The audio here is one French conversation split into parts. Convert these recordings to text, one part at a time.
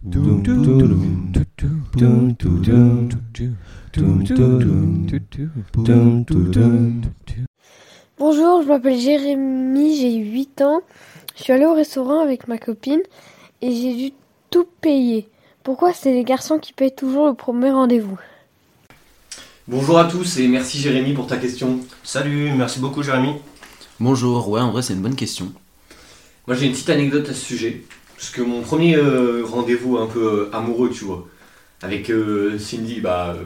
Bonjour, je m'appelle Jérémy, j'ai 8 ans. Je suis allée au restaurant avec ma copine et j'ai dû tout payer. Pourquoi c'est les garçons qui payent toujours le premier rendez-vous ? Bonjour à tous et merci Jérémy pour ta question. Salut, merci beaucoup Jérémy. Bonjour, ouais en vrai c'est une bonne question. Moi j'ai une petite anecdote à ce sujet. Parce que mon premier rendez-vous un peu amoureux, tu vois, avec Cindy,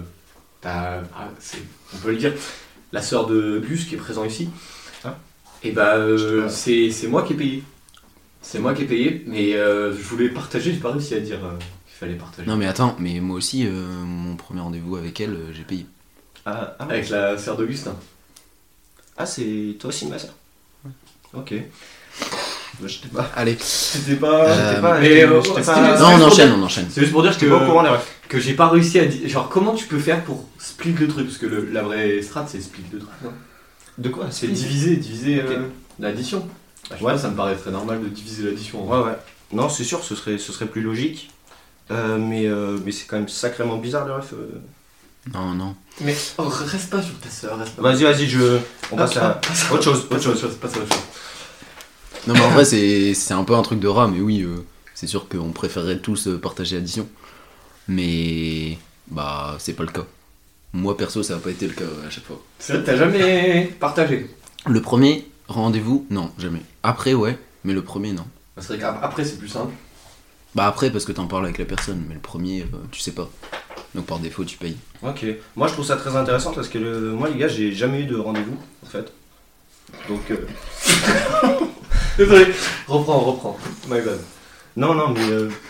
on peut le dire, la sœur de Gus qui est présent ici. Ah. Et c'est moi qui ai payé. C'est moi qui ai payé, mais je voulais partager, j'ai pas réussi à dire qu'il fallait partager. Non mais attends, mais moi aussi, mon premier rendez-vous avec elle, j'ai payé. Avec la sœur d'Augustin. Ah, c'est toi aussi ma sœur. Ouais. Ok. Je sais pas. Allez. C'était pas... Non, on enchaîne. C'est juste pour dire Pas au courant, les refs. que j'ai pas réussi à dire... Genre, comment tu peux faire pour split le truc ? Parce que la vraie strat, c'est split le truc, non ? De quoi ? C'est diviser Ok. l'addition. Je sais Ouais. pas, ça me paraît très normal de diviser l'addition. Ouais. Non, c'est sûr, ce serait plus logique. Mais c'est quand même sacrément bizarre, les refs. Non. Mais reste pas sur ta sœur, reste pas. Vas-y, on passe à autre chose. Passe à autre chose. Non mais en vrai c'est un peu un truc de rat, mais oui, c'est sûr qu'on préférerait tous partager l'addition. Mais bah c'est pas le cas. Moi perso ça n'a pas été le cas à chaque fois. C'est vrai que t'as jamais partagé. Le premier rendez-vous, non, jamais. Après ouais, mais le premier non. C'est vrai qu'après c'est plus simple. Bah après parce que t'en parles avec la personne, mais le premier tu sais pas. Donc par défaut tu payes. Ok. Moi, je trouve ça très intéressant parce que moi, les gars, j'ai jamais eu de rendez-vous, en fait. Donc, Désolé, reprends. My bad. non, mais...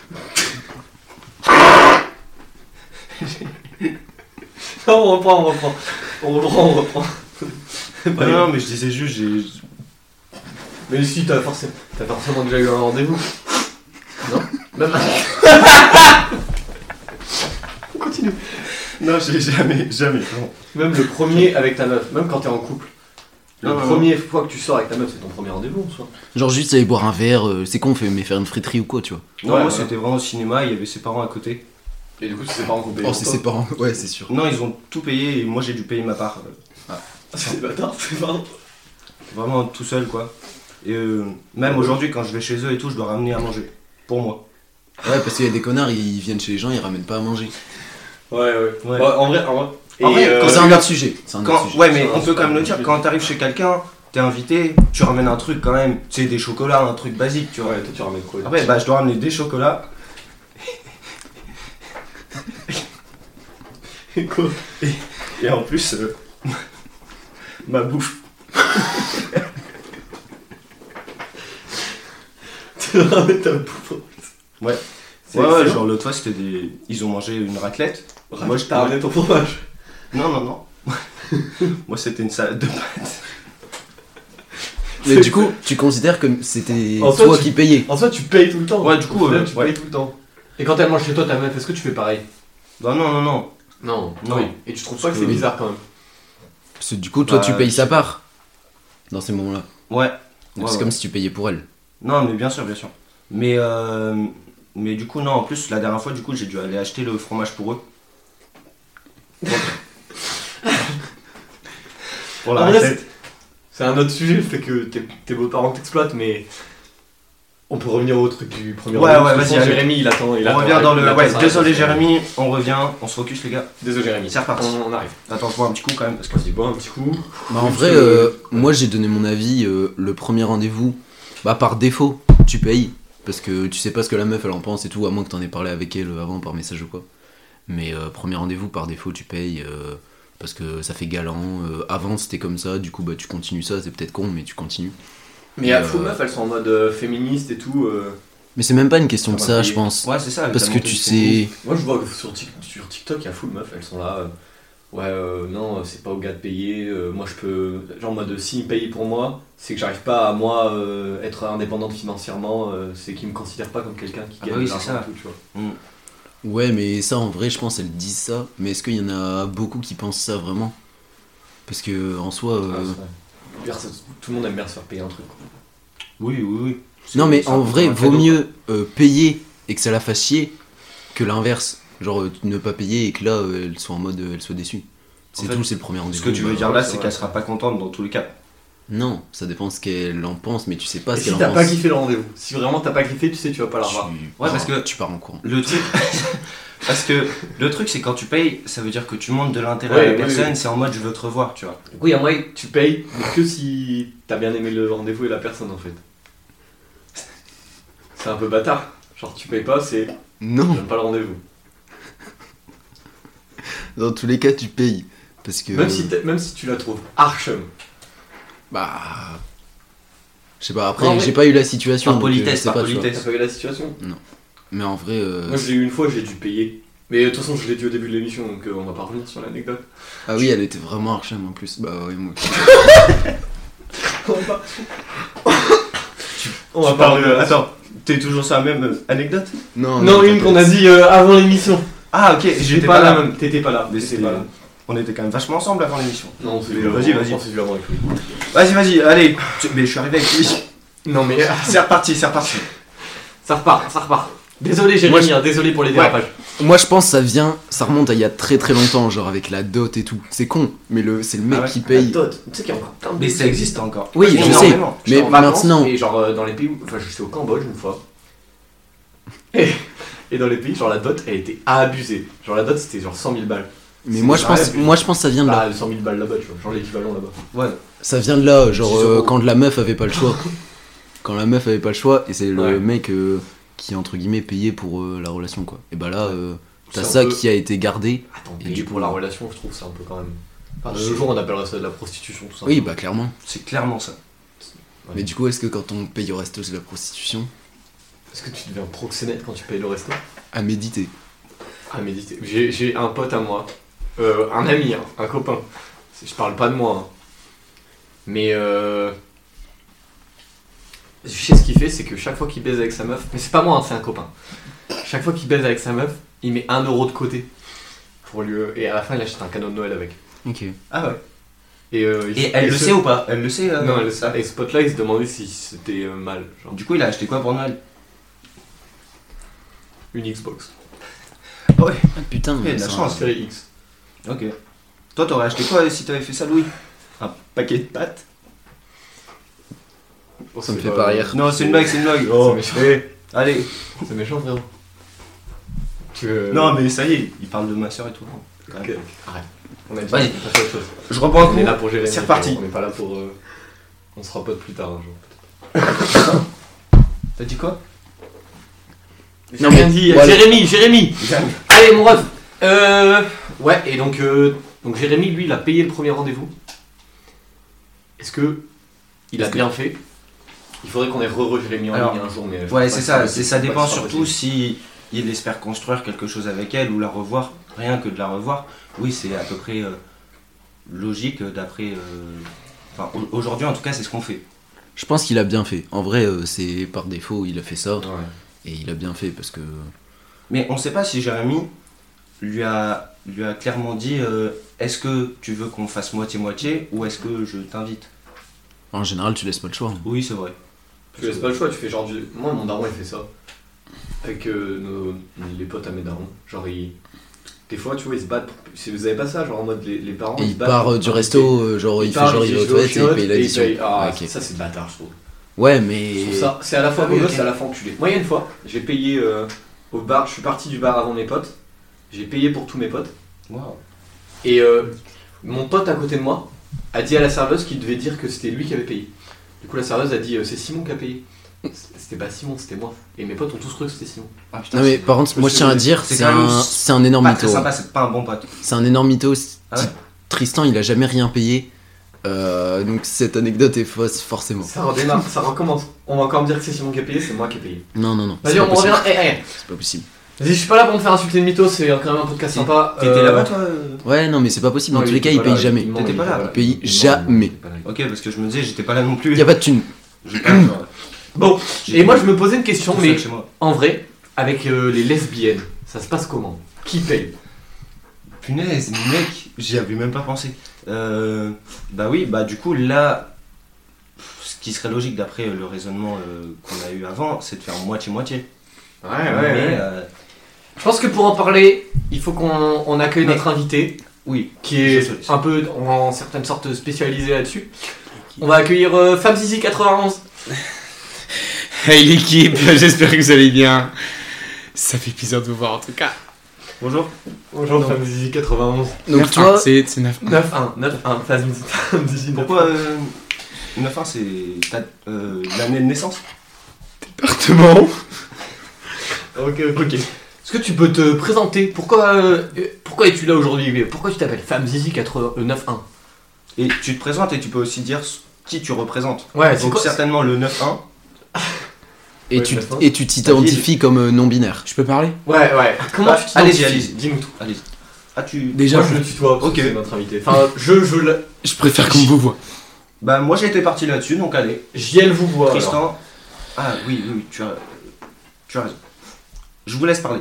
Non, on reprend. Non, mais je disais juste, Mais si, t'as forcément déjà eu un rendez-vous. Non ? Même... On continue. Non, j'ai jamais, non. Même le premier avec ta meuf, même quand t'es en couple. La Non. première fois que tu sors avec ta meuf, c'est ton premier rendez-vous en soi. Genre juste aller boire un verre, c'est con, mais faire une friterie ou quoi, tu vois. Non, Ouais, moi, ouais. c'était vraiment au cinéma, il y avait ses parents à côté. Et du coup, c'est ses parents qui ont payé. Oh c'est ses parents, ouais c'est sûr. Non, ils ont tout payé et moi, j'ai dû payer ma part. C'est des bâtards, c'est marrant. Vraiment tout seul, quoi. Et même aujourd'hui, quand je vais chez eux et tout, je dois ramener à manger. Pour moi. Ouais parce qu'il y a des connards, ils viennent chez les gens, ils ramènent pas à manger. Ouais. Bah, en vrai. En vrai, C'est un autre sujet. Ouais, mais on peut quand même le dire, quand t'arrives chez quelqu'un, t'es invité, tu ramènes un truc quand même, tu sais, des chocolats, un truc basique, tu vois. Ouais, toi tu ramènes quoi ? Après, je dois ramener des chocolats. Et quoi ? Et en plus, ma bouffe. Tu ramènes ta bouffe. Ouais. C'est Ouais, excellent. genre l'autre fois, c'était des. Ils ont mangé une raclette. Moi, je t'ai ramené ton fromage. Non. Moi, c'était une salade de pâtes. Mais du coup, tu considères que c'était En toi toi, qui payais. En soi, tu payes tout le temps. Ouais, du coup, Au final, tu ouais. payes tout le temps. Et quand elle mange chez toi, ta meuf, est-ce que tu fais pareil ? Bah, non. Non. Non. Oui. Et tu trouves pas que c'est Oui. bizarre quand même ? Parce que du coup, toi Bah, tu payes je sa sais pas. part. Dans ces moments-là. Ouais. Donc Ouais, c'est ouais. comme si tu payais pour elle. Non, mais bien sûr. Mais du coup, non, en plus, la dernière fois, du coup, j'ai dû aller acheter le fromage pour eux. Pour la En vrai, raclette. C'est un autre sujet, le fait que tes beaux-parents t'exploitent, mais on peut revenir au truc du premier Ouais, rendez-vous, ouais, parce que vas-y, sinon, allez. Jérémy, il attend. On revient dans le. Ouais, sa désolé réponse. Jérémy, on revient, on se focus les gars. Désolé Jérémy. C'est reparti. On arrive. Attends, je bois un petit coup quand même parce que. Vas-y, bois un petit coup. Bah en Parce vrai, que- moi j'ai donné mon avis, le premier rendez-vous, bah par défaut, tu payes. Parce que tu sais pas ce que la meuf elle en pense et tout, à moins que t'en aies parlé avec elle avant par message ou quoi. Mais premier rendez-vous, par défaut, tu payes. Parce que ça fait galant. Avant c'était comme ça, du coup bah tu continues ça, c'est peut-être con, mais tu continues. Mais à Full Meuf, elles sont en mode féministe et tout. Mais c'est même pas une question de Ça ça, va je payer. pense. Ouais, c'est ça. Parce t'as que monté tu le sais. Moi, je vois que sur TikTok, il y a Full Meuf, elles sont là. Non, c'est pas au gars de payer. Moi, je peux. Genre, en mode, s'ils me payent pour moi, c'est que j'arrive pas à moi être indépendante financièrement. C'est qu'ils me considèrent pas comme quelqu'un qui Ah gagne bah oui, de c'est l'argent ça. et tout, tu vois. Ouais, mais ça en vrai, je pense elles disent ça. Mais est-ce qu'il y en a beaucoup qui pensent ça vraiment ? Parce que en soi. Tout le monde aime bien se faire payer un truc. Quoi. Oui. Non, mais C'est en un vrai, cadeau, vaut quoi. mieux payer et que ça la fasse chier que l'inverse. Genre ne pas payer et que là, elle soit en mode, elle soit déçue. C'est En fait, tout, c'est le premier rendez-vous. Ce que tu veux dire là, c'est ouais. qu'elle sera pas contente dans tous les cas. Non, ça dépend ce qu'elle en pense, mais tu sais pas Et ce si qu'elle en t'as pense. pas kiffé le rendez-vous, si vraiment t'as pas kiffé, tu sais, tu vas pas la revoir. Ouais, parce que- tu pars en courant. Le truc. Parce que le truc, c'est quand tu payes, ça veut dire que tu montres de l'intérêt Ouais, à la oui, personne, oui. c'est en mode je veux te revoir, tu vois. Oui, à moi, tu payes, mais que si t'as bien aimé le rendez-vous et la personne en fait. C'est un peu bâtard. Genre, tu payes pas, c'est. Non, J'aime pas le rendez-vous. dans tous les cas, tu payes. Parce que. Même si tu la trouves archum. Bah. Je sais pas, après, Non, mais- j'ai pas eu la situation. Par donc, politesse, je sais par pas, tu vois. politesse. T'as pas vu la situation? Mais en vrai. Moi, je l'ai eu une fois, j'ai dû payer. Mais de toute façon, je l'ai dit au début de l'émission, donc on va pas revenir sur l'anecdote. Ah oui, elle était vraiment archème en plus. Bah ouais, moi. On va pas revenir. Attends, t'es toujours sur la même anecdote? Non, Non, une qu'on a dit avant l'émission. Ah, ok, J'étais pas là même. T'étais pas là. Mais T'étais c'était- pas là. On était quand même vachement ensemble avant l'émission. Non, on s'est Mais vu vas-y, avant- vas-y. on s'est vu avant avec lui. Vas-y, allez. Mais je suis arrivé avec lui. Non, mais C'est reparti, c'est reparti. ça repart. Désolé, Jérémy, désolé pour les dérapages. Moi je pense que ça remonte à il y a très très longtemps, genre avec la dot et tout. C'est con, mais c'est le mec Ah ouais. qui paye. Tu sais qu'il y a encore plein de Mais pays ça qui existe encore. Oui, je sais. Énormément. Mais J'étais en vacances, maintenant. Et genre dans les pays où. Enfin, j'étais au Cambodge une fois. Et dans les pays, genre la dot, elle était abusée. Genre la dot, c'était genre 100 000 balles. Mais C'est moi je vrai, pense, puis- moi je pense que ça vient de là. Bah, 100 000 balles là-bas, tu vois. Genre l'équivalent là-bas. Ouais. Ça vient de là, genre 6 euros. quand la meuf avait pas le choix. Quand la meuf avait pas le choix et c'est le Ouais. mec qui entre guillemets payait pour la relation quoi. Et bah là t'as C'est un ça peu- qui a été gardé. Attends, Et payer du pour coup- la relation, je trouve c'est un peu quand même. Enfin, de nos jours, on appellerait ça de la prostitution, tout ça. Oui bah clairement. C'est clairement ça. Ouais. Mais du coup est-ce que quand on paye au resto c'est la prostitution? Est-ce que tu deviens proxénète quand tu payes le resto? À méditer. À méditer. J'ai un pote à moi, un ami, hein, un copain. Je parle pas de moi. Hein. Mais je sais ce qu'il fait, c'est que chaque fois qu'il baise avec sa meuf, mais c'est pas moi, hein, c'est un copain. Chaque fois qu'il baise avec sa meuf, il met 1 euro de côté pour lui, et à la fin il achète un cadeau de Noël avec. Ok. Ah ouais. Et Elle le sait ou pas? Elle le sait. Non, elle le sait. Et ce pote-là, il se demandait si c'était mal, genre Du coup, il a acheté quoi pour Noël? une Xbox. Ah ouais. Ah, putain. Il y a de la ça- chance. Série X. Ok. Toi, t'aurais acheté quoi si t'avais fait ça, Louis? Un paquet de pâtes? Bon, Ça me c'est fait pas rire. Non, c'est une blague, c'est une blague. Oh, méchant. Allez. C'est méchant, frérot. Tu veux... Non, mais ça y est, il parle de ma soeur et tout. Ok, arrête. On a dit Vas-y. on fait autre chose. Je reprends un On coup. est là pour gérer. C'est reparti. On n'est pas là pour. On sera potes plus tard un jour. T'as dit quoi? J'ai rien dit. voilà. Jérémy Allez, mon ref. Ouais, et donc Jérémy, lui, il a payé le premier rendez-vous. Est-ce que il a bien fait? Il faudrait qu'on ait Jérémy en Alors, ligne un jour, mais. je Ouais, pense c'est pas que ça. Ça dépend sera surtout possible. si il espère construire quelque chose avec elle ou la revoir. Rien que de la revoir. Oui, c'est à peu près logique d'après. Enfin, aujourd'hui, en tout cas, c'est ce qu'on fait. Je pense qu'il a bien fait. En vrai c'est par défaut il a fait ça Ouais. et il a bien fait parce que. Mais on sait pas si Jérémy lui a clairement dit est-ce que tu veux qu'on fasse moitié-moitié ou est-ce que je t'invite? En général tu laisses pas le choix. Oui, c'est vrai. Tu laisses pas le choix, tu fais genre du. Moi, mon daron, il fait ça. Avec les potes à mes darons. Genre, des fois, tu vois, ils se battent. Si vous avez pas ça, genre en mode les parents. Et ils il se battent part pour du inviter. resto, genre il fait genre il va aux toilettes et il paye l'addition. Ah, Ok. ça, c'est bâtard, je trouve. Ouais Je mais. trouve ça, c'est à la fois Ah oui, beau ok. gosse et à la fois enculé. Moi, il y a une fois, j'ai payé au bar, je suis parti du bar avant mes potes. J'ai payé pour tous mes potes. Waouh. Et mon pote à côté de moi a dit à la serveuse qu'il devait dire que c'était lui qui avait payé. Du coup, la serveuse a dit c'est Simon qui a payé. C'était pas Simon, c'était moi. Et mes potes ont tous cru que c'était Simon. Ah, putain, Non mais c'est- par contre moi je tiens à dire c'est c'est quand même un énorme pas mytho. très sympa, c'est pas un bon pote. C'est un énorme mytho. Ah ouais Tristan il a jamais rien payé. Donc cette anecdote est fausse forcément. Ça redémarre, ça recommence. On va encore me dire que c'est Simon qui a payé, c'est moi qui ai payé. Non non non. Vas-y, c'est on pas possible. revient. C'est pas possible. Vas-y, je suis pas là pour me faire insulter de mytho, c'est quand même un podcast sympa. T'étais là-bas, toi? Ouais non mais c'est pas possible. Dans Non, tous les cas il était paye là, jamais. ment, T'étais pas là. était Il paye ment, jamais. il était pas là. Ok, parce que je me disais, j'étais pas là non plus. Y a pas de thune. J'ai pas genre, Bon, et moi je me posais une question, tout mais seul chez moi. en vrai, avec les lesbiennes, ça se passe comment? Qui paye? Punaise, mec, j'y avais même pas pensé. Bah oui, bah du coup, là, ce qui serait logique d'après le raisonnement qu'on a eu avant, c'est de faire moitié-moitié. Ouais, Mais Je pense que pour en parler, il faut qu'on accueille notre invité, Oui, qui est je sais. un peu en certaine sorte spécialisé là-dessus. On va accueillir Femme Zizi 91. Hey l'équipe, j'espère que vous allez bien. Ça fait plaisir de vous voir en tout cas. Bonjour. Bonjour Non. Femme Zizi 91. Donc 9-1, toi, c'est 9. 9-1, Femme Zizi. Pourquoi 9-1 c'est l'année de naissance? Département. Ok. Est-ce que tu peux te présenter? Pourquoi es-tu là aujourd'hui? Pourquoi tu t'appelles Femme Zizi 9-1? Et tu te présentes et tu peux aussi dire qui tu représentes. Ouais, c'est Donc quoi? certainement le 9-1. et Ouais, tu maintenant. et tu t'identifies comme non-binaire. Je peux parler? Ouais. Comment Ah, tu t'identifies? allez-y. Dis-nous tout. Allez. Ah tu... Déjà, Moi je le tutoie parce Ok. que c'est notre invité. Enfin, je préfère qu'on vous voit. Bah moi j'ai été parti là-dessus, donc allez. JL vous voit. alors. Tristan. Ah oui, tu as raison. Je vous laisse parler.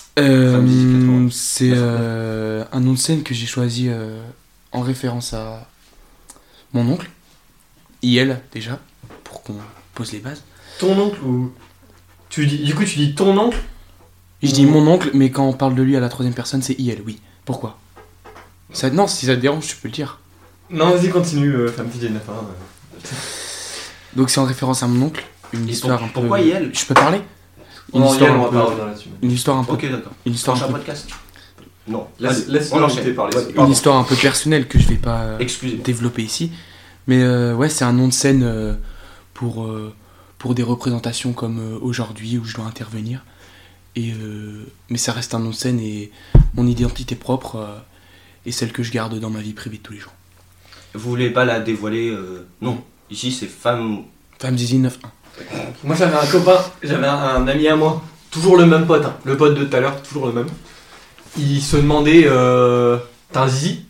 C'est un nom de scène que j'ai choisi en référence à mon oncle. IL déjà, pour qu'on pose les bases. Ton oncle ou tu dis ton oncle? Et je dis mon oncle, mais quand on parle de lui à la troisième personne, c'est IL, oui. Pourquoi ça, non, si ça te dérange, tu peux le dire. Non, vas-y, continue, Femme Zizi 9-1. Donc c'est en référence à mon oncle, une Et histoire un peu... pourquoi IL? Je peux parler On histoire un va peu- pas revenir là-dessus. Une histoire un peu... Ok d'accord. Une histoire Prochain un peu... podcast. Non. Laisse on l'invité enchaîne. parler. Ouais, s'il te plaît. Une pardon. histoire un peu personnelle que je vais pas Excusez-moi. développer ici. Mais ouais, c'est un nom de scène pour des représentations comme aujourd'hui où je dois intervenir. Mais ça reste un nom de scène et mon identité propre est celle que je garde dans ma vie privée de tous les jours. Vous voulez pas la dévoiler Non. Ici c'est femme. Femme Zizi 9-1. Moi j'avais un copain, j'avais un ami à moi, toujours le même pote, hein, le pote de tout à l'heure, toujours le même. Il se demandait, t'as un zizi?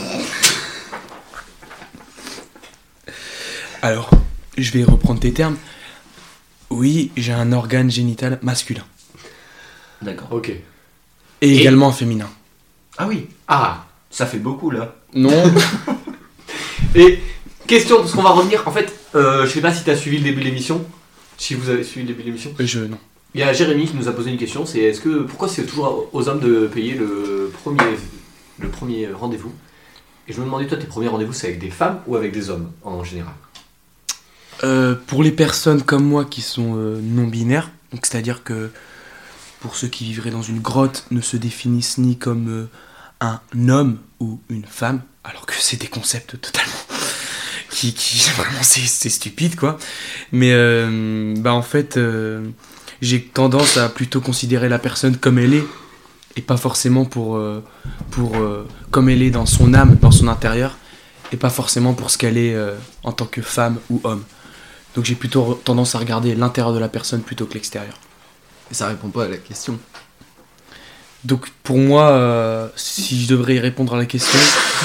Alors, je vais reprendre tes termes. Oui, j'ai un organe génital masculin. D'accord. Ok. Et également un féminin. Ah oui. Ah. Ça fait beaucoup là. Non. Et question, parce qu'on va revenir, en fait, je sais pas si t'as suivi le début de l'émission, si vous avez suivi le début de l'émission. Non. Il y a Jérémy qui nous a posé une question, c'est pourquoi c'est toujours aux hommes de payer le premier rendez-vous? Et je me demandais, toi, tes premiers rendez-vous, c'est avec des femmes ou avec des hommes, en général? Pour les personnes comme moi qui sont non-binaires, donc c'est-à-dire que pour ceux qui vivraient dans une grotte ne se définissent ni comme un homme ou une femme, alors que c'est des concepts totalement qui vraiment c'est stupide quoi. Mais en fait j'ai tendance à plutôt considérer la personne comme elle est et pas forcément pour comme elle est dans son âme, dans son intérieur, et pas forcément pour ce qu'elle est en tant que femme ou homme. Donc j'ai plutôt tendance à regarder l'intérieur de la personne plutôt que l'extérieur. Et ça répond pas à la question. Donc pour moi, si je devrais y répondre à la question,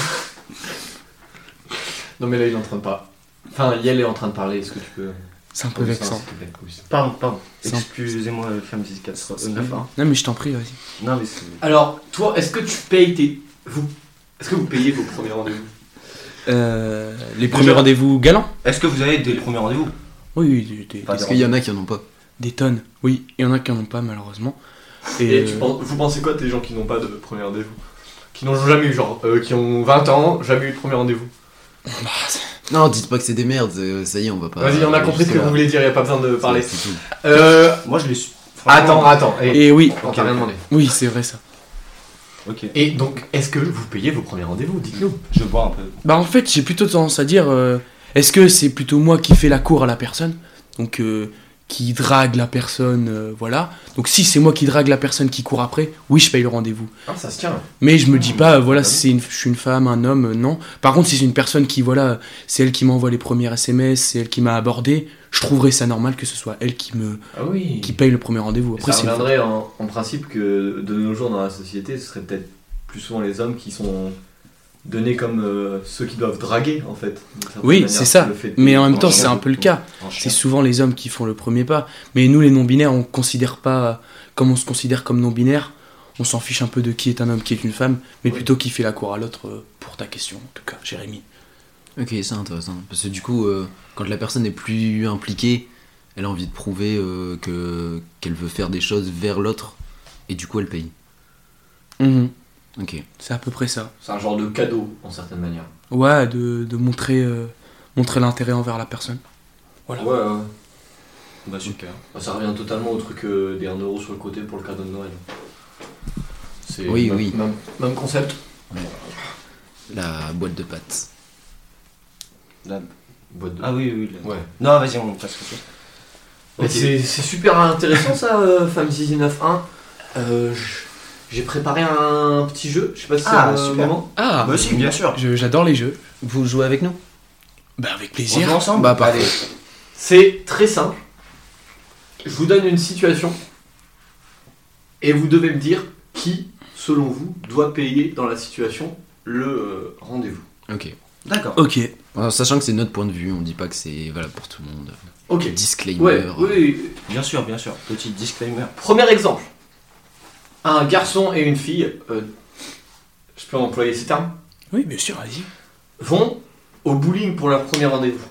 Non mais là, il est en train de pas... Enfin, Yael est en train de parler, est-ce que tu peux... c'est un peu vexant. Pardon. C'est un- Excusez-moi, femme 4 9 1. Non mais je t'en prie, vas-y. Non mais c'est. Alors, toi, est-ce que tu payes Est-ce que vous payez vos premiers rendez-vous? Les premiers rendez-vous galants? Est-ce que vous avez des premiers rendez-vous? Oui, Pas Parce qu'il y en a qui en ont pas. des tonnes. Oui, il y en a qui en ont pas malheureusement. Et vous pensez quoi des gens qui n'ont pas de premier rendez-vous? Qui n'ont jamais eu, genre, qui ont 20 ans, jamais eu de premier rendez-vous? Non, dites pas que c'est des merdes, ça y est, on va pas. Vas-y, on a compris ce que jusque-là. vous voulez dire, y a pas besoin de parler. C'est tout. Moi je l'ai su. Attends, Et oui, on t'a rien demandé. oui, c'est vrai ça. Ok. Et donc, est-ce que vous payez vos premiers rendez-vous? Dites-nous. Je bois un peu. Bah en fait, j'ai plutôt tendance à dire est-ce que c'est plutôt moi qui fais la cour à la personne, donc qui drague la personne, voilà. Donc si c'est moi qui drague la personne qui court après, oui, je paye le rendez-vous. Ah, ça se tient. Mais je me dis pas voilà, si je suis une femme, un homme, non. Par contre, si c'est une personne qui voilà, c'est elle qui m'envoie les premiers SMS, c'est elle qui m'a abordé, je trouverais ça normal que ce soit elle qui Ah oui. paye le premier rendez-vous. Et Après ça c'est reviendrait en principe que de nos jours dans la société, ce serait peut-être plus souvent les hommes qui sont donnés comme ceux qui doivent draguer en fait. d'une certaine Oui, manière, c'est ça. le fait de- Mais en même temps, En c'est chien. un peu le cas. En chien. C'est souvent les hommes qui font le premier pas. Mais nous, les non-binaires, on considère pas comme on se considère comme non-binaire. On s'en fiche un peu de qui est un homme, qui est une femme, mais Oui. plutôt qui fait la cour à l'autre pour ta question, en tout cas, Jérémy. Ok, c'est intéressant. Parce que du coup, quand la personne est plus impliquée, elle a envie de prouver qu'elle veut faire des choses vers l'autre Et du coup, elle paye. Mhm. Ok. C'est à peu près ça. C'est un genre de cadeau, en certaine manière. Ouais, de montrer, montrer l'intérêt envers la personne. Voilà. Ouais. Bah super. Bah, ça revient totalement au truc des 1 euro sur le côté pour le cadeau de Noël. C'est Oui, même, oui. Même concept. La boîte de pâtes. Boîte de... Ah oui. Ouais. Non, vas-y, on passe quelque chose. Mais Ok. c'est super intéressant ça, Femme Zizi 9.1. J'ai préparé un petit jeu, je sais pas si Ah, c'est le super. moment. Ah, Bah si, bien sûr. j'adore les jeux. Vous jouez avec nous? Bah avec On plaisir. joue ensemble. Bah, parfait. Allez. C'est très simple. Je vous donne une situation et vous devez me dire qui, selon vous, doit payer dans la situation le rendez-vous. Ok. D'accord. Ok. Alors, sachant que c'est notre point de vue, on dit pas que c'est valable pour tout le monde. Ok. Disclaimer. Ouais, oui. Bien sûr. Petit disclaimer. Premier exemple. Un garçon et une fille, je peux employer ces termes, Oui, bien sûr, vas-y. vont au bowling pour leur premier rendez-vous.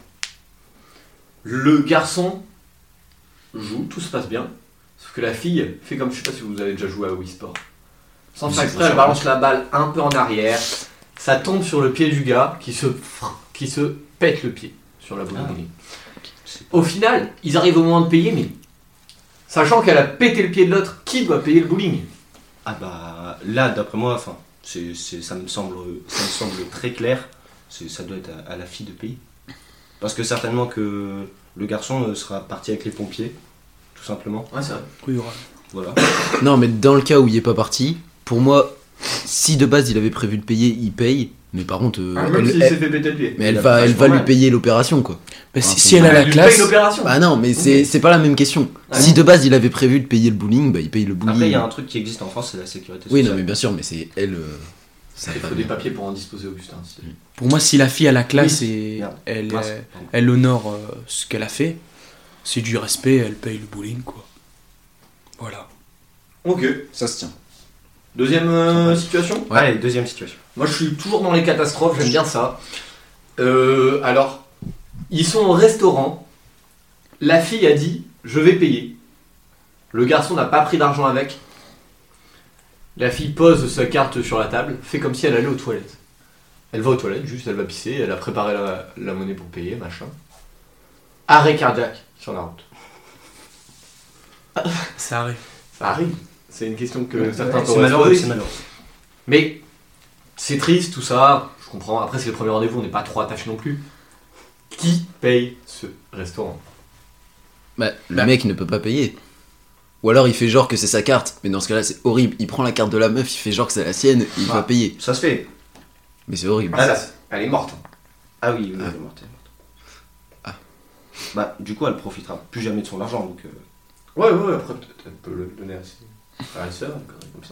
Le garçon joue, tout se passe bien, sauf que la fille fait comme, je sais pas si vous avez déjà joué à Wii Sport. Sans faire Si, exprès, bien elle sûr. balance la balle un peu en arrière, ça tombe sur le pied du gars qui se pète le pied sur la boule de Ah. bowling. Au final, ils arrivent au moment de payer, mais sachant qu'elle a pété le pied de l'autre, qui doit payer le bowling? Ah bah là, d'après moi, enfin, ça me semble très clair. Ça doit être à la fille de payer. Parce que certainement que le garçon sera parti avec les pompiers, tout simplement. Ouais, c'est vrai. Oui, ouais. Voilà. Non, mais dans le cas où il est pas parti, pour moi, si de base il avait prévu de payer, il paye. Mais par contre, Même s'il s'est fait péter le pied. mais il elle a va vachement lui mal. payer l'opération, quoi. Bah, Ah, si elle a la Il classe. paye l'opération. Bah non, mais c'est pas la même question. Ah Si bon de base il avait prévu de payer le bowling, bah il paye le bowling. Après, il y a un truc qui existe en France, c'est la sécurité Oui, sociale. non, mais bien sûr, mais c'est elle. Ça Il va faut des bien. papiers pour en disposer, Augustin. Pour moi, si la fille a la classe Oui. et Merde. elle, Mince, pardon. elle honore ce qu'elle a fait, c'est du respect, elle paye le bowling, quoi. Voilà. Ok. Ça se tient. Deuxième Sympa. situation. Ouais. Allez, deuxième situation. Moi, je suis toujours dans les catastrophes, j'aime bien ça. Alors, ils sont au restaurant. La fille a dit « Je vais payer ». Le garçon n'a pas pris d'argent avec. La fille pose sa carte sur la table, fait comme si elle allait aux toilettes. Elle va aux toilettes, juste elle va pisser, elle a préparé la monnaie pour payer, machin. Arrêt cardiaque sur la route. Ça arrive. Ça arrive. C'est une question que certains Ouais, c'est t'auraient malheureux, posée. c'est malheureux. Mais c'est triste tout ça, je comprends. Après, c'est le premier rendez-vous, on n'est pas trop attaché non plus. Qui paye ce restaurant? Bah, le mec ne peut pas payer. Ou alors il fait genre que c'est sa carte, mais dans ce cas-là c'est horrible. Il prend la carte de la meuf, il fait genre que c'est la sienne, et il Ah. va payer. Ça se fait. Mais c'est horrible. Ah, elle est morte. Ah oui, Ah. elle est morte. Bah, du coup, elle profitera plus jamais de son argent, donc... Ouais, après peut-être elle peut le donner à ses frères et sœurs, une connerie comme ça.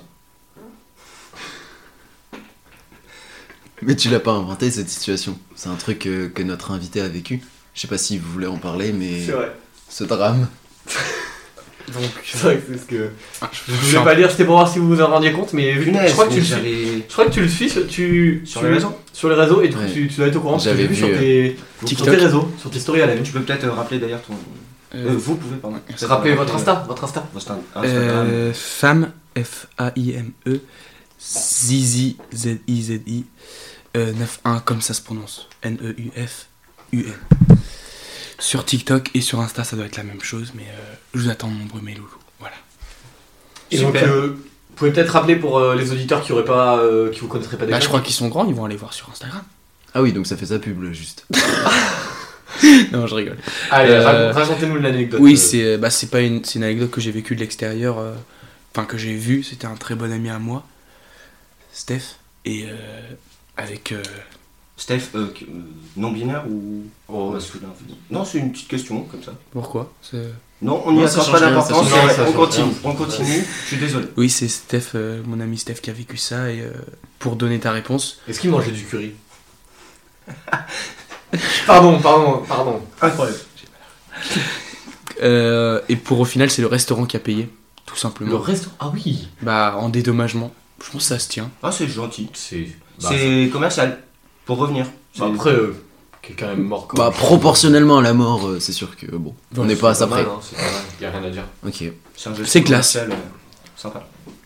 Mais tu l'as pas inventé cette situation. C'est un truc que notre invité a vécu. Je sais pas si vous voulez en parler, mais C'est vrai. ce drame. Donc, C'est vrai que c'est ce que. je Je voulais pas dire, c'était pour voir si vous vous en rendiez compte, mais Punaise, je crois que tu mais le suis. j'avais... Je crois que tu le suis Sur les réseaux. Sur les réseaux, et du coup Ouais. tu dois être au courant parce que J'avais j'ai vu vu, sur tes, TikTok. sur tes réseaux, sur tes stories à la nuit. Tu peux peut-être rappeler d'ailleurs ton... vous pouvez, pardon. Peut-être Rappelez votre rappeler, Insta, votre Insta. Votre Instagram. Femme, F-A-I-M-E, Zizi, Z-I-Z-I, 9-1, comme ça se prononce, N-E-U-F-U-N. Sur TikTok et sur Insta, ça doit être la même chose, mais je vous attends nombreux, mes loulous. Voilà. Et donc, Super. vous pouvez peut-être rappeler pour les auditeurs qui auraient pas, qui vous connaîtraient pas déjà. Bah, je crois qu'ils sont grands, ils vont aller voir sur Instagram. Ah oui, donc ça fait sa pub là, juste. Non, je rigole. Allez, racontez-nous l'anecdote. Oui, c'est c'est une anecdote que j'ai vécue de l'extérieur, enfin que j'ai vue. C'était un très bon ami à moi, Steph, et avec. Steph, non-binaire ou Oh, masculin? Non, c'est une petite question, comme ça. Pourquoi Non, on n'y Non, ça accorde pas change rien, d'importance, ça change rien, ça on change continue, rien. on continue, je suis désolé. Oui, c'est Steph, mon ami Steph qui a vécu ça, et pour donner ta réponse. Est-ce qu'il mangeait du curry? Pardon. Incroyable. Et pour au final, c'est le restaurant qui a payé, tout simplement. Le restaurant. Ah oui. Bah, en dédommagement. Je pense que ça se tient. Ah, c'est gentil. C'est. C'est commercial, pour revenir. Bah, après, quelqu'un est mort quand Bah, proportionnellement à la mort, c'est sûr que bon, on n'est pas à ça près. C'est pas mal, y a rien à dire. Ok. C'est un geste c'est classe. commercial, sympa.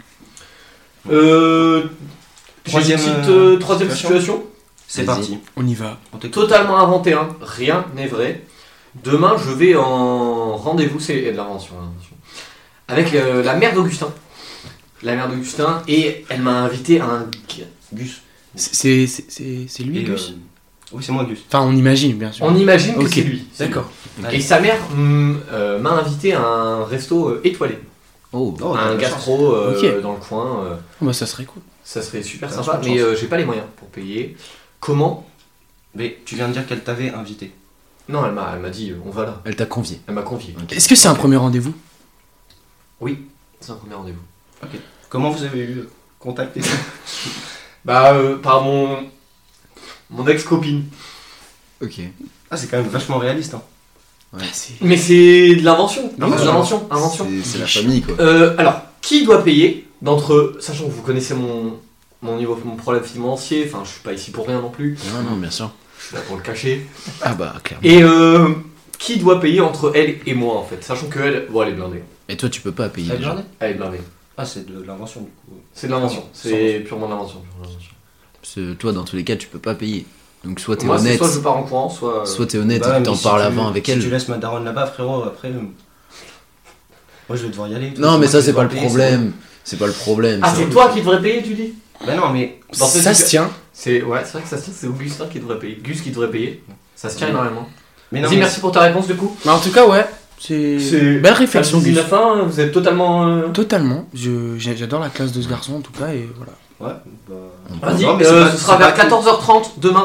Troisième, troisième situation. C'est Vas-y. parti. On y va. On t'écoute. Totalement inventé, hein. Rien n'est vrai. Demain, je vais en rendez-vous, c'est de l'invention. Avec la mère d'Augustin. La mère d'Augustin, et elle m'a invité à un Gus. C'est lui, Et, Gus oui, c'est moi, Gus. Enfin, on imagine, bien sûr. On imagine que Ok. c'est lui. D'accord. Et sa mère m'a invité à un resto étoilé. Oh, Oh, Un t'as de la chance. gastro Ok. dans le coin. Bah, ça serait cool. Ça serait super T'as sympa, vachement de mais chance. j'ai pas les moyens pour payer. Comment? Mais tu viens de dire qu'elle t'avait invité. Non, elle m'a dit on va là. elle t'a convié. Elle m'a convié. Ok. Est-ce que c'est un premier rendez-vous? Oui, c'est un premier rendez-vous. Comment vous avez eu contact et tout? Bah, par mon ex-copine. Ok. Ah, c'est quand même vachement réaliste. Hein. Ah, c'est... Mais c'est de l'invention. Non, C'est mais de l'invention. Invention. C'est la famille quoi. Alors, qui doit payer d'entre. Sachant que vous connaissez mon niveau, mon problème financier, enfin, je suis pas ici pour rien non plus. Non, non, bien sûr. Je suis là pour le cacher. Ah bah, clairement. Et qui doit payer entre elle et moi en fait? Sachant que elle, bon, elle est blindée. Et toi, tu peux pas payer Elle est déjà. blindée? Elle est blindée. Ah, c'est de l'invention du coup. C'est de l'invention. C'est purement de l'invention. Parce que toi, dans tous les cas, tu peux pas payer. Donc soit t'es Moi, c'est honnête, soit je pars en courant, soit. soit t'es honnête Bah, et mais que t'en si parles tu- avant avec si elle. tu laisses ma daronne là-bas, frérot, après. Moi, je vais devoir y aller. Non, mais ça, c'est pas le payer, problème. C'est pas le problème. Ah, ça. c'est toi qui devrais payer, tu dis? Bah non, mais. Dans cette Ça se situation- tient. C'est ouais, c'est vrai que ça se tient, c'est Augustin qui devrait payer. Gus qui devrait payer. Ça se tient Oui. énormément. Mais non, Vas-y, mais merci pour ta réponse du coup. Mais en tout cas, ouais. C'est... Belle réflexion, Gus. 19 ans, vous êtes totalement. Totalement. J'adore la classe de ce garçon, en tout cas, et voilà. Ouais, bah. Vas-y, Non, mais c'est pas- ce sera c'est vers pas tout. 14h30 demain.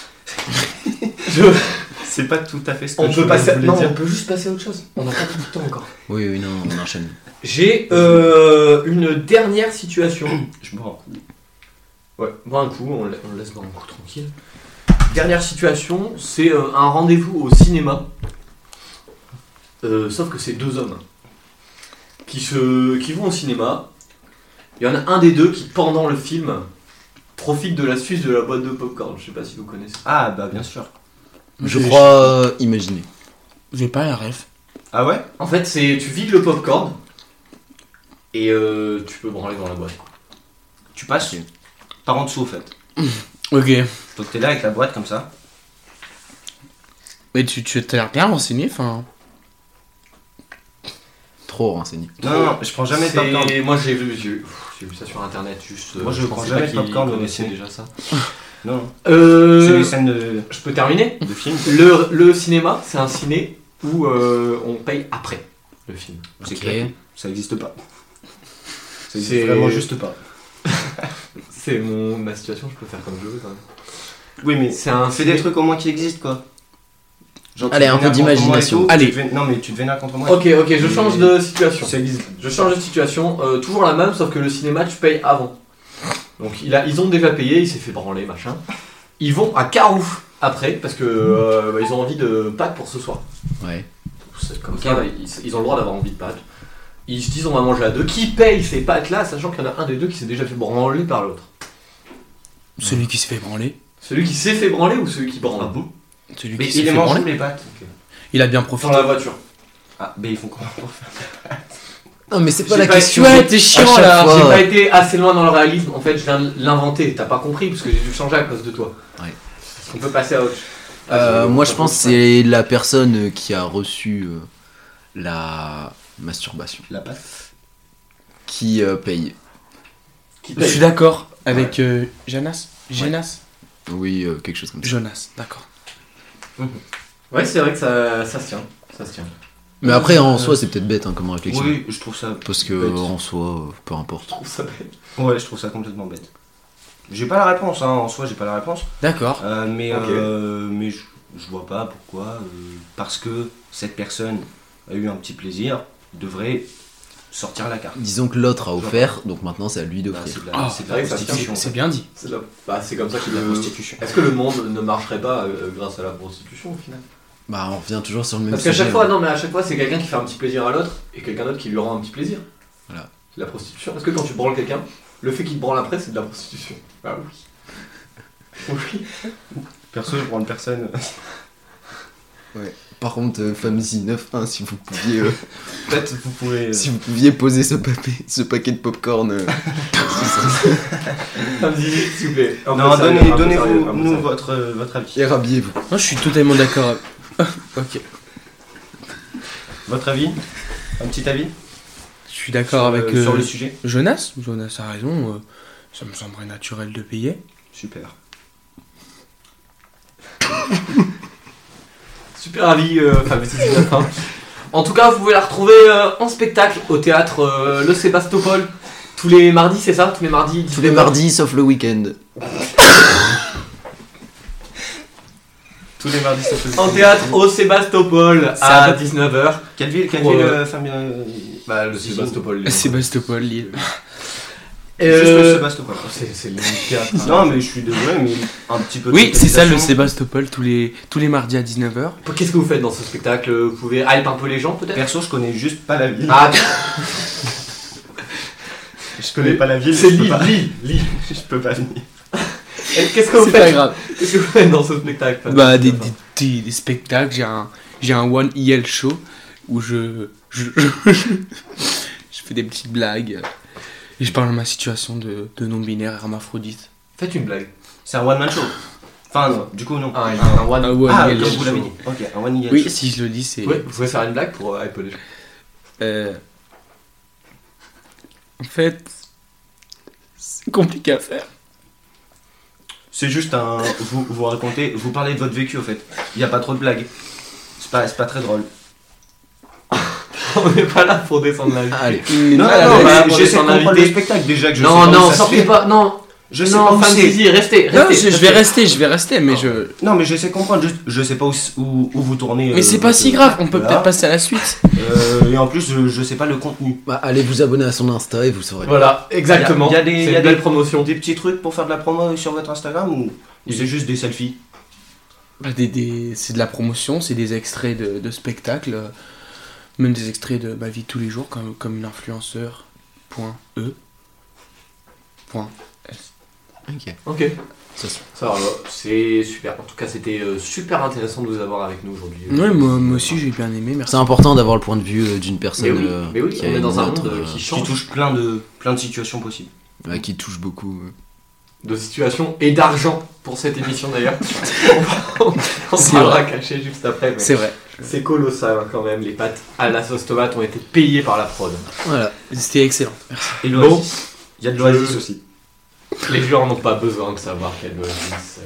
C'est pas tout à fait ce que On je peut passer. voulais Non, dire. on peut juste passer à autre chose. On n'a pas beaucoup de temps encore. Oui, oui, non, on enchaîne. J'ai une dernière situation. Je bois un coup. Ouais, bois un coup, on le laisse boire un coup tranquille. Dernière situation, c'est un rendez-vous au cinéma. Sauf que c'est deux hommes qui vont au cinéma. Il y en a un des deux qui, pendant le film, profite de l'astuce de la boîte de popcorn. Je sais pas si vous connaissez. Ah, bah bien sûr. Je crois imaginer. J'ai pas la ref. Ah ouais? En fait, c'est tu vides le popcorn et tu peux branler dans la boîte. Tu passes Ok. par en dessous, en fait. Ok. Donc t'es là avec la boîte comme ça. Mais tu t'as l'air bien renseigné, enfin... Trop renseigné. Non, non, je prends jamais de popcorn. Moi j'ai vu ça sur internet juste. Moi, je prends pensais jamais pas de qu'ils popcorn au connaissaient ciné. déjà ça. Non, non. C'est des scènes Je peux terminer. de films. Le cinéma, c'est un ciné où on paye après le film. C'est Ok. clair. Ça existe pas. Ça C'est- existe vraiment juste pas. C'est ma situation, je peux faire comme je veux quand même. Oui, mais C'est un fais ciné- des trucs au moins qui existent, quoi. Genre, tu Allez, te un peu vénères contre moi et d'imagination. tout, Allez. Non, mais tu te vénères contre moi. Ok, je change de situation. Ça existe. Je change de situation, toujours la même, sauf que le cinéma, tu payes avant. Donc ils ont déjà payé, il s'est fait branler, machin. Ils vont à Carouf après, parce que ils ont envie de pâtes pour ce soir. Ouais. C'est comme Ok. ça, ils ont le droit d'avoir envie de pâtes. Ils se disent on va manger à deux. Qui paye ces pâtes-là, sachant qu'il y en a un des deux qui s'est déjà fait branler par l'autre? Celui qui se fait branler. Celui qui s'est fait branler ou celui qui branle? Celui Mais qui se il fait les mange branler. où, les pâtes? Il a bien Dans profité. la voiture. Ah, mais ils font comment pour faire? Non, mais c'est J'ai pas la pas- question. Ouais, t'es À chiant chaque là. fois. J'ai pas été assez loin dans le réalisme, en fait je viens de l'inventer, t'as pas compris parce que j'ai dû changer à cause de toi. Ouais. On peut passer à autre Moi, je pense que c'est la personne qui a reçu la masturbation La pâte? qui paye. Qui Je suis paye. d'accord avec Jonas. Jonas. Oui, quelque chose comme ça. Jonas, d'accord. Ouais, c'est vrai que ça se tient. Ça se tient. Mais après, en soi, c'est peut-être bête hein, comme réflexion. Oui, je trouve ça. Parce que bête. en soi, peu importe. Je trouve ça bête. Ouais, je trouve ça complètement bête. J'ai pas la réponse, hein, en soi, j'ai pas la réponse. D'accord. Mais Ok. mais je vois pas pourquoi. Parce que cette personne a eu un petit plaisir, devrait sortir la carte. Disons que l'autre a offert, donc maintenant c'est à lui Bah, d'offrir. c'est de Ah, la, c'est de c'est vrai la que ça se tient. prostitution. C'est bien dit. C'est comme ça que C'est de la prostitution. Est-ce que le monde ne marcherait pas grâce à la prostitution au final? Bah, on revient toujours sur le même Parce qu'à sujet. chaque fois, non, mais à chaque fois, c'est quelqu'un qui fait un petit plaisir à l'autre et quelqu'un d'autre qui lui rend un petit plaisir. Voilà. C'est de la prostitution. Est-ce que quand tu branles quelqu'un, le fait qu'il te branle après, c'est de la prostitution? Bah oui. Oui. Perso, je prends une personne. Par contre, Famzy 9.1, si vous pouviez, Peut-être vous pouvez. si vous pouviez poser ce paquet de popcorn. Famzy, s'il vous plaît. Un Non, peu sérieux, un peu donnez-vous sérieux, un peu nous sérieux. votre avis. Et rhabillez-vous. Moi, je suis totalement d'accord. Ok. Votre avis. Un petit avis Je suis d'accord avec sur le sujet. Jonas. Jonas a raison. Ça me semblerait naturel de payer. Super. Super avis, Famzy 9.1. En tout cas, vous pouvez la retrouver en spectacle au théâtre Le Sébastopol. Tous les mardis, c'est ça? Tous les mardis. Tous les mardis, sauf le week-end. Tous les mardis, ça fait. En théâtre au Sébastopol C'est à un peu- 19h. Quelle ville Pour, Fabien Bah, le Sébastopol. Sébastopol, Lille. Juste le Sébastopol. C'est le théâtre. Non, mais je suis désolé, mais un petit peu de Oui, c'est ça le localisation. Sébastopol tous les mardis à 19h. Qu'est-ce que vous faites dans ce spectacle? Vous pouvez hype un peu les gens peut-être? Perso, je connais juste pas la ville. Ah, Je connais pas la ville. c'est je peux Lille, pas- Lille. Je peux pas venir. Et qu'est-ce que vous C'est pas faites? grave. Qu'est-ce que vous faites dans ce spectacle? Bah, des spectacles. J'ai un One EL show où je fais des petites blagues. Et je parle de ma situation de non-binaire hermaphrodite. Faites une blague. C'est un one man show. Enfin, non, du coup, non. Un one. Un one Ah, EL ok, show. vous l'avez dit. Ok, un one EL Oui, show. si je le dis, c'est. Ouais, vous pouvez faire une blague pour hype les gens. En fait, c'est compliqué à faire. C'est juste un. Vous racontez. Vous parlez de votre vécu, en fait. Il n'y a pas trop de blagues. C'est pas très drôle. On n'est pas là pour descendre la vie. Allez. Non, Ah, non, mais mais pour j'essaie de descendre comprendre l'invité. le spectacle déjà que je sais Non, pas où non, ça se sortez fait. pas. Non, Je sais pas non, où c'est. Famzy, restez. Non, restez, je vais rester, mais je. Non, mais j'essaie de comprendre. Juste, je sais pas où vous tournez. Mais c'est pas si grave, on peut voilà. peut-être passer à la suite. Et en plus, je sais pas le contenu. Bah, allez vous abonner à son Insta et vous saurez. Voilà, exactement. Il y a des- C'est il y a une belle des- promotion. Des petits trucs pour faire de la promo sur votre Instagram ou c'est juste des selfies? Bah, c'est de la promotion, c'est des extraits de spectacles, même des extraits de ma vie de tous les jours, comme une influenceur. .e. .s. Ok. Ok. Ça se- Ça va, c'est super. En tout cas, c'était super intéressant de vous avoir avec nous aujourd'hui. Ouais, moi aussi j'ai bien aimé, merci. C'est important d'avoir le point de vue d'une personne Mais oui, qui on a est dans une un autre, monde qui Qui change touche plein de situations possibles. qui touche beaucoup. de situation et d'argent pour cette émission d'ailleurs. on C'est parlera vrai. caché juste après. Mais C'est vrai. c'est colossal hein, quand même. Les pâtes à la sauce tomate ont été payées par la prod. Voilà. C'était excellent. Et Bon. l'Oasis. Il y a de l'Oasis Je- aussi. Les gens n'ont pas besoin de savoir quel Oasis.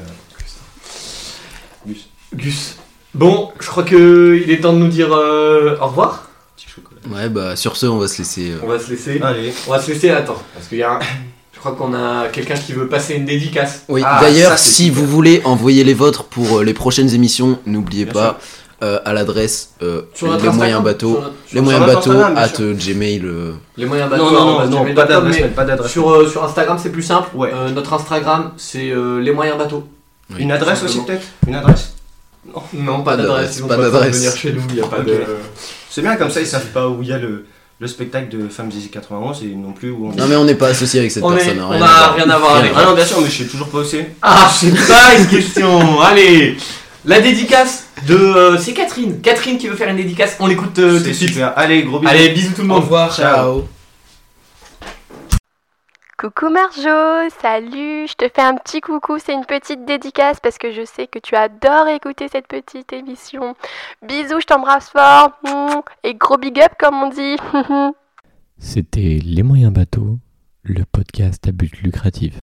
Gus. Bon, je crois que il est temps de nous dire au revoir. Petit chocolat. Ouais, bah sur ce, on va se laisser. On va se laisser. Allez. On va se laisser. Attends, parce qu'il y a un... Je crois qu'on a quelqu'un qui veut passer une dédicace. Oui, Ah, d'ailleurs, ça, c'est si super. vous voulez envoyer les vôtres pour les prochaines émissions, n'oubliez Bien pas à l'adresse Sur notre les Instagram, moyens bateaux. sur notre- Les moyens notre bateaux Instagram, bien at sûr. gmail. Les moyens bateaux. Non, arobase non, gmail.com, pas d'adresse mais mail, pas d'adresse. sur Instagram, c'est plus simple. Ouais. Notre Instagram, c'est les moyens bateaux. Oui. Une adresse aussi Simplement. peut-être. Une adresse. Non, pas d'adresse. Ils ont pas pas d'adresse. venir chez nous. Il y a pas Ok. de. C'est bien comme ça, ils savent pas où il y a le spectacle de Famzy 91 et non plus où on est. Non, mais on n'est pas associé avec cette On personne. est- hein, on rien a à voir. rien à voir avec. Ah non, bien sûr, mais je sais toujours pas où c'est. Ah, je sais pas une question. Allez, la dédicace de c'est Catherine. Catherine qui veut faire une dédicace. On l'écoute tout de C'est suite. super. Allez, gros bisous. Allez, bisous tout le Au monde. revoir. Ciao. Coucou Marjo, salut, je te fais un petit coucou, c'est une petite dédicace parce que je sais que tu adores écouter cette petite émission. Bisous, je t'embrasse fort, et gros big up comme on dit. C'était Les Moyens Bateaux, le podcast à but lucratif.